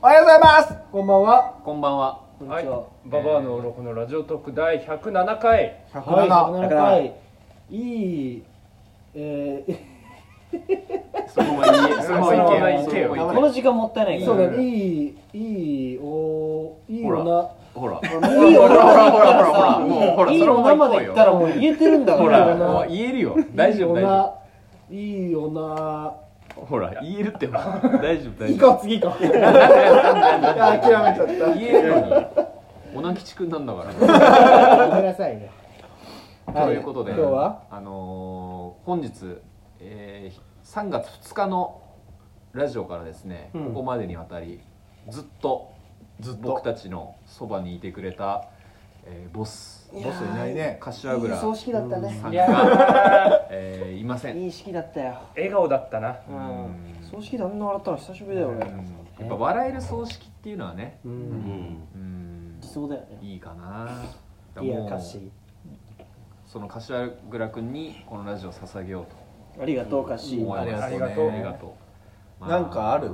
おはようございます。 こんばんは。 こんばんは。 はい。 ババアの鱗のラジオトーク第107回。 107回。いい。 そのまま行けよ。 この時間もったいないから。そうだ。いいほら。 いいおなまで言ったらもう言えてるんだから。 ほら、言えるよ。大丈夫。 いいおな。 ほら、言えるってば。大丈夫。 いいか次か。諦めちゃった。 言えるのに。おなきちくんなんだから。 ごめんなさいね。 ということで、 今日は本日3月2日のラジオからですね、ここまでにわたりずっと僕たちのそばにいてくれたボスいないね。 いい柏倉葬式だったね。 さんがいません。 いい式だったよ。 笑顔だったな。 葬式であんな笑ったの久しぶりだよね。 やっぱ笑える葬式っていうのはね、 理想だよね。 いいかな。 いや歌詞。 その柏倉くんにこのラジオを捧げようと。 ありがとう歌詞。 ありがとう。 なんかある？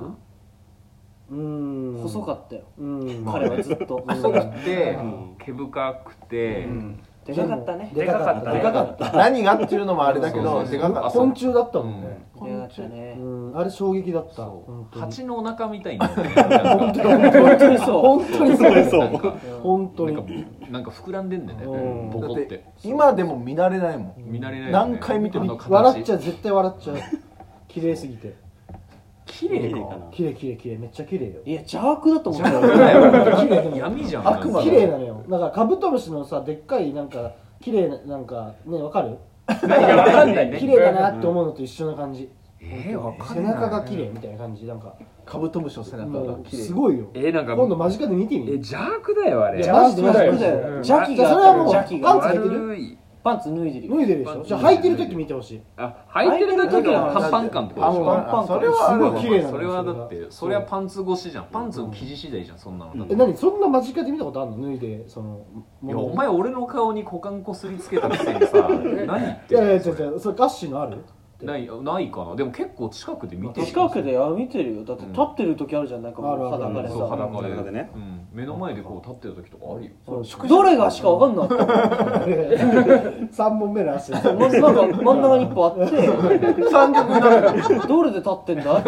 細かったよ。彼はずっと細くて毛深くてでかかったね。 でかかった。 何がっていうのもあれだけど、でかかった。 昆虫だったもんね。でかかったね。あれ衝撃だった。 蜂のお腹みたいになってね。 本当にそう。本当にそう。本当に。 なんか膨らんでんだよね。ボコって。 今でも見慣れないもん。 見慣れない。 何回見ても笑っちゃう、絶対笑っちゃう。綺麗すぎて。 綺麗かな。 綺麗めっちゃ綺麗よ。いや邪悪だと思ったよ。綺麗でも闇じゃん。 悪魔綺麗なのよ。だからカブトムシのさでっかいなんか綺麗ななんかねわかる？ 何がわかんないね。 綺麗だなって思うのと一緒な感じ。 わか背中が綺麗みたいな感じなんか。 カブトムシの背中が綺麗。 すごいよ。 なんか今度間近で見てみ。 邪悪だよあれ。 マジでだよ。邪気が。それはもうパンツ履いてる？パンツ脱いでるよ。脱いでるでしょ。じゃあ履いてる時見てほしい。 履いてる時のパンパン感ってことでしょ。 パンパン。 それはすごい綺麗なの。 それはだってそれはパンツ越しじゃん。パンツの生地次第じゃんそんなの。 何そんな間近で見たことあるの？脱いでその。 いやお前俺の顔に股間こすりつけたくせにさ何言って。 いや違うそれガッシーのある？ ないかな。でも結構近くで見てる。 近くで見てるよ。だって立ってる時あるじゃん。なんか裸でさ。 裸でね。目の前でこう立ってる時とかあるよ。 どれが足か分かんない。3本目の足。なんか真ん中に1本あって三脚になる。どれで立ってんだって。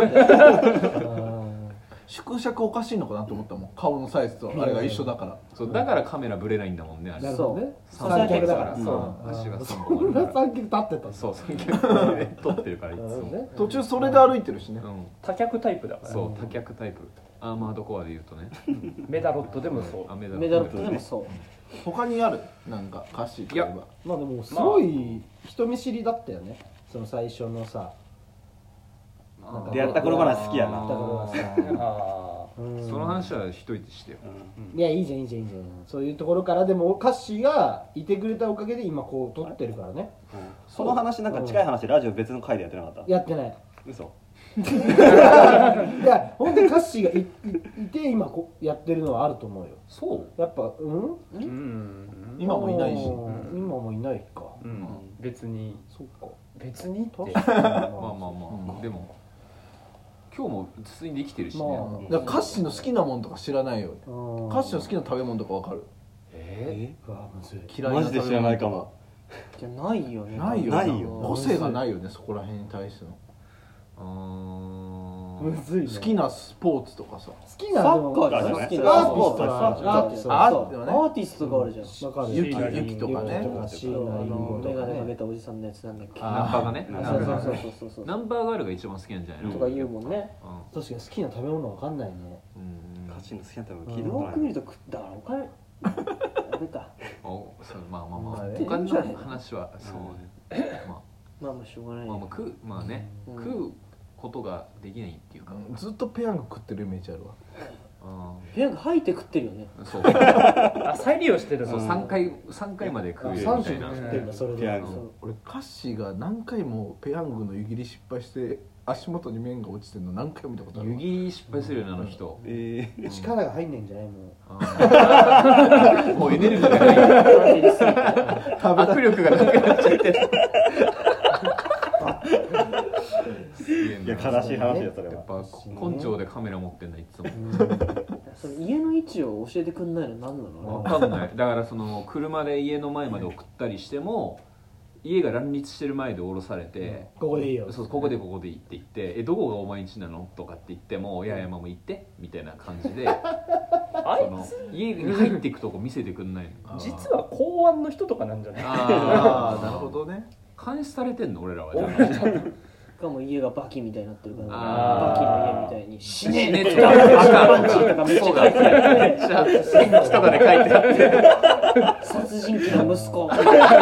縮尺おかしいのかなと思ったもん。顔のサイズとあれが一緒だから。 そうだからカメラブレないんだもんねあれ。 そう三脚だから。 そう足が3本あるから。 三脚立ってた。 そう三脚で撮ってるからいつも。 途中それで歩いてるしね。 多脚タイプだから。 そう多脚タイプ。アーマードコアで言うとね。 メダロットでもそう。 メダロットでもそう。 他にあるなんか歌詞といえば。 まあでもすごい人見知りだったよね。その最初のさ。 出会った頃話好きやな。 その話は一人でしてよ。 いやいいじゃんそういうところからでも歌詞がいてくれたおかげで今こう撮ってるからね。 その話なんか近い話ラジオ別の回でやってなかった？ やってない。 嘘。 いや本当に歌詞がいて今こうやってるのはあると思うよ。 そうやっぱ今もいないし。 今もいないか。 別に。 そうか。 別にって。 まあでも今日も普通にできてるしね。 だからカッシーの好きなもんとか知らないよ。カッシーの好きな食べ物とかわかる？ 嫌いな食べ物マジで知らないかも。 じゃないよね。 ないよ。個性がないよねそこら辺に対しての。 むずいね。 好きなスポーツとかさ。 好きなサッカーじゃない？アーティストがあるじゃん。わかる。 ユキとかね。 メガネかけたおじさんのやつなんだっけ。 ナンパがね。 そう。 ナンバーガールが一番好きなんじゃないの？ とか言うもんね。確かに好きな食べ物わかんないね。 カチンの好きな食べ物聞いたよく見るとだからお金やめた。 まあお金の話はそうね。 まあしょうがない。 まあね食うことができないっていうか。 ずっとペヤング食ってるイメージあるわ。 ペヤング吐いて食ってるよね。 そう。 再利用してるの。 3回まで食うみたいな。 3食食ってるんだそれで。 俺カッシーが何回もペヤングの湯切り失敗して足元に麺が落ちてるの何回も見たことある。 湯切り失敗するよねあの人。 力が入んないんじゃないもう。 もうエネルギーがない握力がなくなっちゃってる。すげえんいやだ悲しい話よそれは。 やっぱ根性でカメラ持ってんだいつもその家の位置を教えてくんないの何なの？ 分かんないだからその車で家の前まで送ったりしても家が乱立してる前で降ろされて、 ここでいいよ。 そうここでいいって言ってどこがお前ん家なのとかって言ってもいやいやもう行ってみたいな感じであいその家に入っていくとこ見せてくんないのつ実は公安の人とかなんじゃない？ ああなるほどね。 監視されてんの俺らはじゃしかも家がバキみたいになってるからあーバキの家みたいに死ねねとかパンチとかめっちゃ書いてあるめっちゃ戦記とかで書いてあって殺人鬼の息子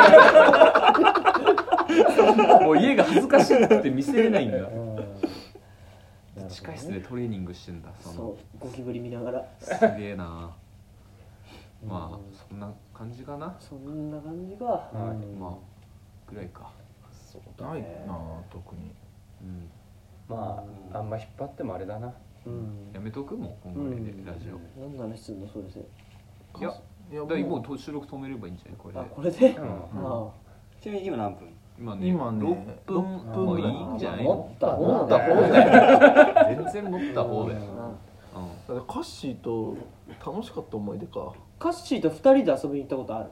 もう家が恥ずかしくて見せれないんだ地下室でトレーニングしてんだそのそうゴキブリ見ながらすげえなまあそんな感じかなそんな感じがまあぐらいかないな特に。 うんまああんま引っ張ってもあれだな。 やめとくもんこんぐらいでラジオ何の話すんのそれでいやいやだからもう収録止めればいいんじゃないこれであこれでうんあちなみに今何分？ 今ね今ね 6分もういいんじゃない持った持った方だよ全然持った方だよだってカッシーと楽しかった思い出か。 カッシーと2人で遊びに行ったことある？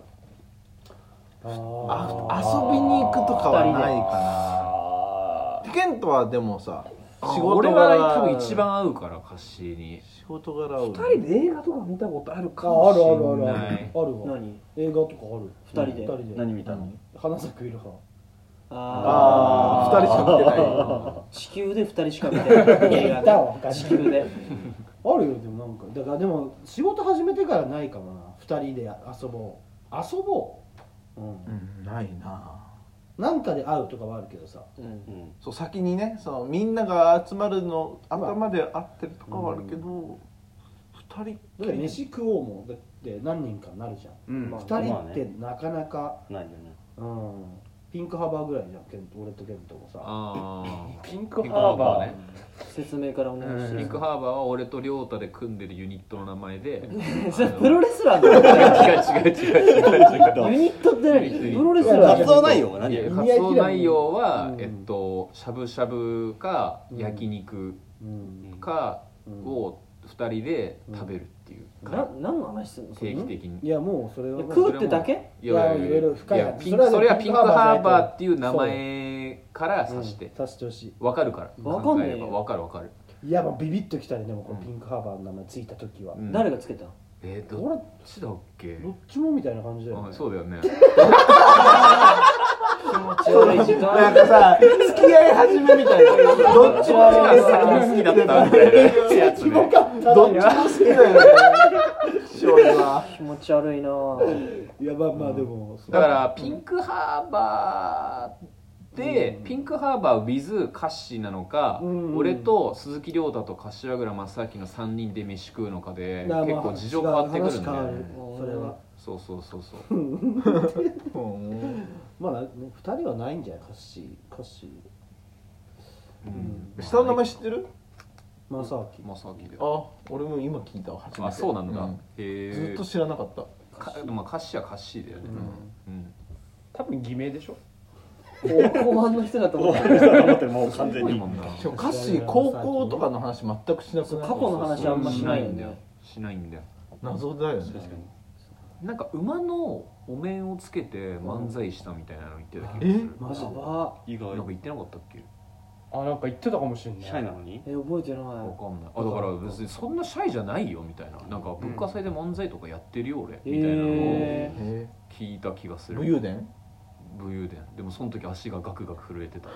あ遊びに行くとかはないかな。ケントはでもさ仕事俺柄は多分一番合うからカッシーに仕事柄合う。 二人で映画とか見たことあるかあもしれるあるあるないあるあるわ。 何？ 映画とかある。 二人で二人で。 何見たの？ 花咲くいろは。 あああ2人しか見てない。 地球で2人しか見てない映画いたわで地球であるよでもなんかだからでも仕事始めてからないかもな。二人で遊ぼう。 ないな。 なんかで会うとかはあるけどさ。 うん。 そう先にねそのみんなが集まるの頭で会ってるとかはあるけど2人だって飯食おうもだって何人かなるじゃん。 うんまあ二人ってなかなか、 ないよね。 ピンクハーバーぐらいじゃん俺とケントもさ。 あピンクハーバーね。 説明からお願いしピンまクハーバーは俺と亮太で組んでるユニットの名前ですそれプロレスラーだよ違うユニットって何？プロレスラー活動内容は何？ 活動内容はしゃぶしゃぶか焼肉かを2人で食べるっていう何の話するの？ 定期的にいやもうそれは食うってだけ？ いやいろいろ深い話それはピンクハーバーっていう名前から指してさしてほし分かるからわかんねえよ考えれば分かる分かるい。いやもうビビッときたねでもこのピンクハーバーの名前ついた時は。 うん誰がつけたの？ どっちだっけどっちもみたいな感じだよね。 そうだよね気持ち悪い時間なんかさ付き合い始めみたいなどっちもが好きだったみたいなやつねどっちも好きだよね少女は。 気持ち悪いなぁ。 いやまあまあでもだからピンクハーバーで、ピンクハーバー with カッシーなのか、俺と鈴木亮太と柏倉正明の3人で飯食うのかでまあ結構事情変わってくるんだよね。 それはそうそうそうそうまあね2人はないんじゃないカッシー下の名前知ってる？ 正明正明であ俺も今聞いたわ初めて。 あそうなんだ、 うんへえずっと知らなかった。 まあカッシーはカッシーだよね、うん多分偽名でしょ。 後半の人だと思って思ってるもう完全に。 しかも歌詞高校とかの話全くしなくない？ 過去の話あんましないんだよ。 しないんだよ。 謎だよね。 確かに。 なんか馬のお面をつけて漫才したみたいなの言ってた気がする。 マジで意外なんか言ってなかったっけ？ あなんか言ってたかもしれない。 シャイなのに？ 覚えてない。 わかんない。あだから別にそんなシャイじゃないよみたいな。なんか文化祭で漫才とかやってるよ俺みたいなのを聞いた気がする。 武勇伝？ 武勇伝。でもその時足がガクガク震えてた。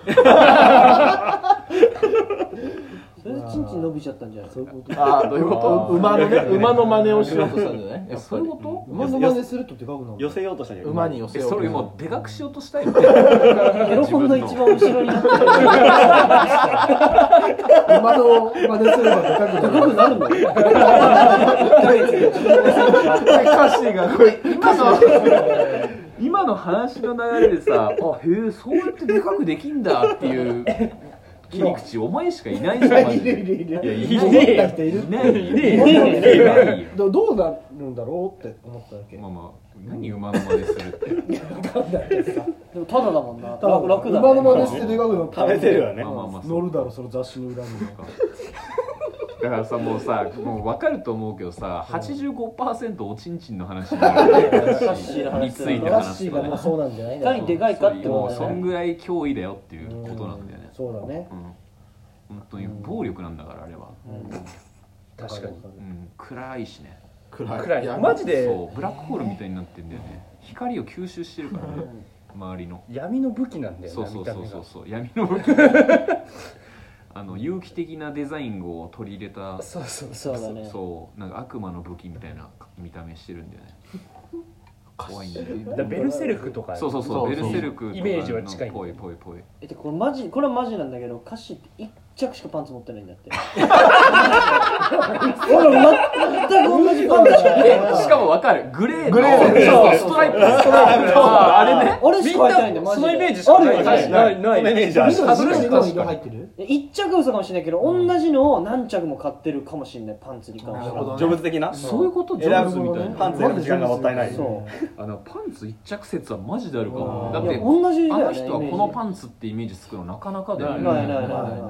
それでチンチン伸びちゃったんじゃない？ そういうことあどういうこと？馬のね馬の真似をしようとしたんじゃない？ そういうこと？ 馬の真似するとでかくなる寄せようとしたんじゃない？ 馬に寄せようと。 それもうでかくしようとしたよ。 エロ本の一番後ろになってる。 馬の真似すればでかくなるなるの？ 歌詞がこれ今の話の流れでさ、あへえそうやってでかくできんだっていう切り口お前しかいないじゃんマジで。 いるいるいるいや思った人いるいないよ。 どうなるんだろうって思っただけまあまあ何馬の真似するって。 分かんないけどさでもただだもんな。 ただ楽だね。 馬の真似してでかくなった食べてるわね。 まあまあまあ乗るだろその雑誌の裏にだからさもうさもう分かると思うけどさ 85% おちんちんの話になるラッシーの話についてラッ話すとねシーがもうそうなんじゃないいかにでかいかってもうことだよね。 そんぐらい脅威だよっていうことなんだよね。 そうだね本当に暴力なんだからあれは。 確かに暗いしね。 暗いマジでそうブラックホールみたいになってんだよね。光を吸収してるからね周りの。 闇の武器なんだよそうそうな見た目がそうそうそう闇の武器有機的なデザインを取り入れたそうそうそうだね。 そうなんか悪魔の武器みたいな見た目してるんだよね。怖いんだよね。 だからベルセルクとかそうそうそうベルセルクとかのイメージは近いぽいぽいぽい。 でこれマジこれはマジなんだけど歌詞って一着しかパンツ持ってないんだって俺全く同じパンツしかないしかも分かるグレーのグレーそうストライプあれね。 あれしか履いてないんだよマジで。 そのイメージしかないあるよねないないイメージある。 緑の色入ってる一着嘘かもしれないけど同じのを何着も買ってるかもしれないパンツに関しては。 ジョブズ的な。 そういうことジョブズみたいな。 パンツ選ぶ時間がもったいない。 そうパンツ一着説はマジであるかも。だっいやて同じだよねあの人はこのパンツってイメージつくのなかなかだよね。 ないないない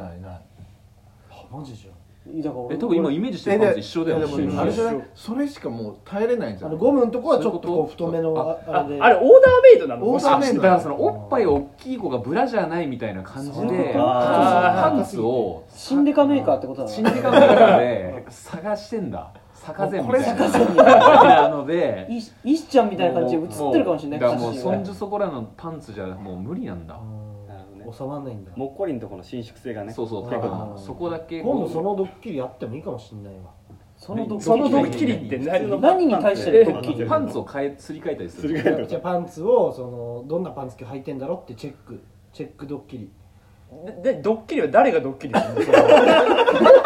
マジじゃんだから俺多分今イメージしてるパンツ一緒だよね。 でもあれじゃないそれしかもう耐えれないんじゃないゴムのとこはちょっとこう太めのあれであれオーダーメイドなのオーダーメイドだからそのおっぱい大きい子がブラジャーないみたいな感じであパンツをシンデカメーカーってことだシンデカメーカーで探してんだ坂膳みたいなので石ちゃんみたいな感じで映ってるかもしれないだからもう歌詞がそんじょそこらのパンツじゃもう無理なんだ。 収まんないんだもっこりのところの伸縮性がね。 そうそう多分そこだけ今度そのドッキリやってもいいかもしんないわそのドそのドッキリッキリって何何に対してのドッキリパンツをすり替えたりする。 じゃあパンツをそのどんなパンツ履いてんだろってチェックドッキリでドッキリは誰がドッキリするの